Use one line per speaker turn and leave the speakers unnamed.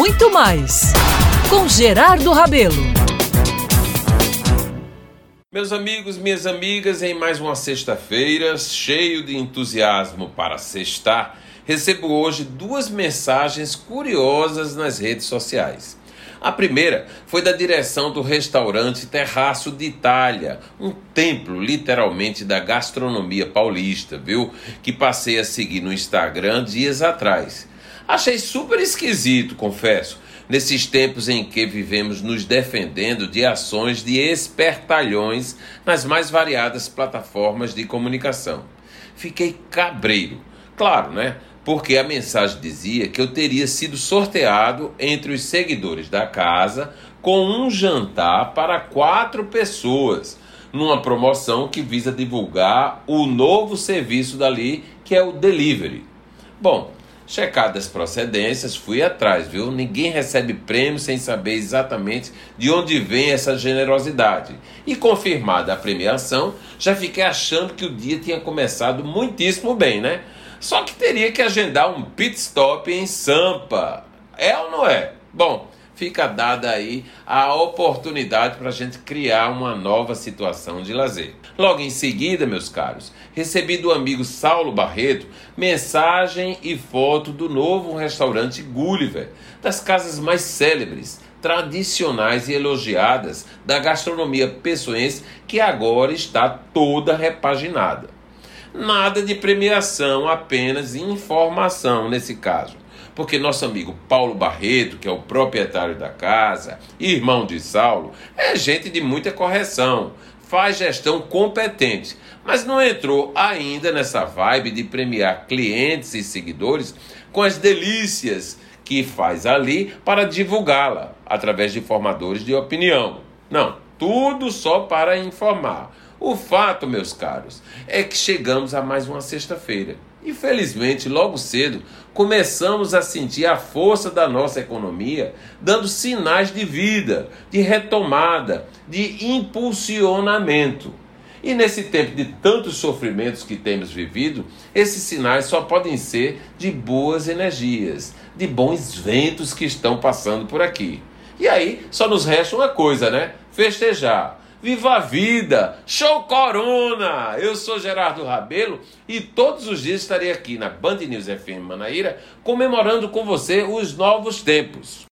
muito mais com Gerardo Rabelo.
Meus amigos, minhas amigas, em mais uma sexta-feira, cheio de entusiasmo para sextar, recebo hoje duas mensagens curiosas nas redes sociais. A primeira foi da direção do restaurante Terraço d'Itália, um templo literalmente da gastronomia paulista, viu? Que passei a seguir no Instagram dias atrás. Achei super esquisito, confesso, nesses tempos em que vivemos nos defendendo de ações de espertalhões nas mais variadas plataformas de comunicação. Fiquei cabreiro, claro, né? Porque a mensagem dizia que eu teria sido sorteado entre os seguidores da casa com um jantar para 4 pessoas, numa promoção que visa divulgar o novo serviço dali, que é o delivery. Bom, checadas as procedências, fui atrás, viu? Ninguém recebe prêmio sem saber exatamente de onde vem essa generosidade. E confirmada a premiação, já fiquei achando que o dia tinha começado muitíssimo bem, né? Só que teria que agendar um pit stop em Sampa. É ou não é? Bom, fica dada aí a oportunidade para a gente criar uma nova situação de lazer. Logo em seguida, meus caros, recebi do amigo Saulo Barreto mensagem e foto do novo restaurante Gulliver, das casas mais célebres, tradicionais e elogiadas da gastronomia pessoense, que agora está toda repaginada. Nada de premiação, apenas informação nesse caso. Porque nosso amigo Paulo Barreto, que é o proprietário da casa, irmão de Saulo, é gente de muita correção, faz gestão competente, mas não entrou ainda nessa vibe de premiar clientes e seguidores com as delícias que faz ali para divulgá-la, através de formadores de opinião. Não, tudo só para informar. O fato, meus caros, é que chegamos a mais uma sexta-feira. E felizmente, logo cedo, começamos a sentir a força da nossa economia dando sinais de vida, de retomada, de impulsionamento. E nesse tempo de tantos sofrimentos que temos vivido, esses sinais só podem ser de boas energias, de bons ventos que estão passando por aqui. E aí, só nos resta uma coisa, né? Festejar. Viva a vida! Show Corona! Eu sou Gerardo Rabelo e todos os dias estarei aqui na Band News FM Manaíra comemorando com você os novos tempos.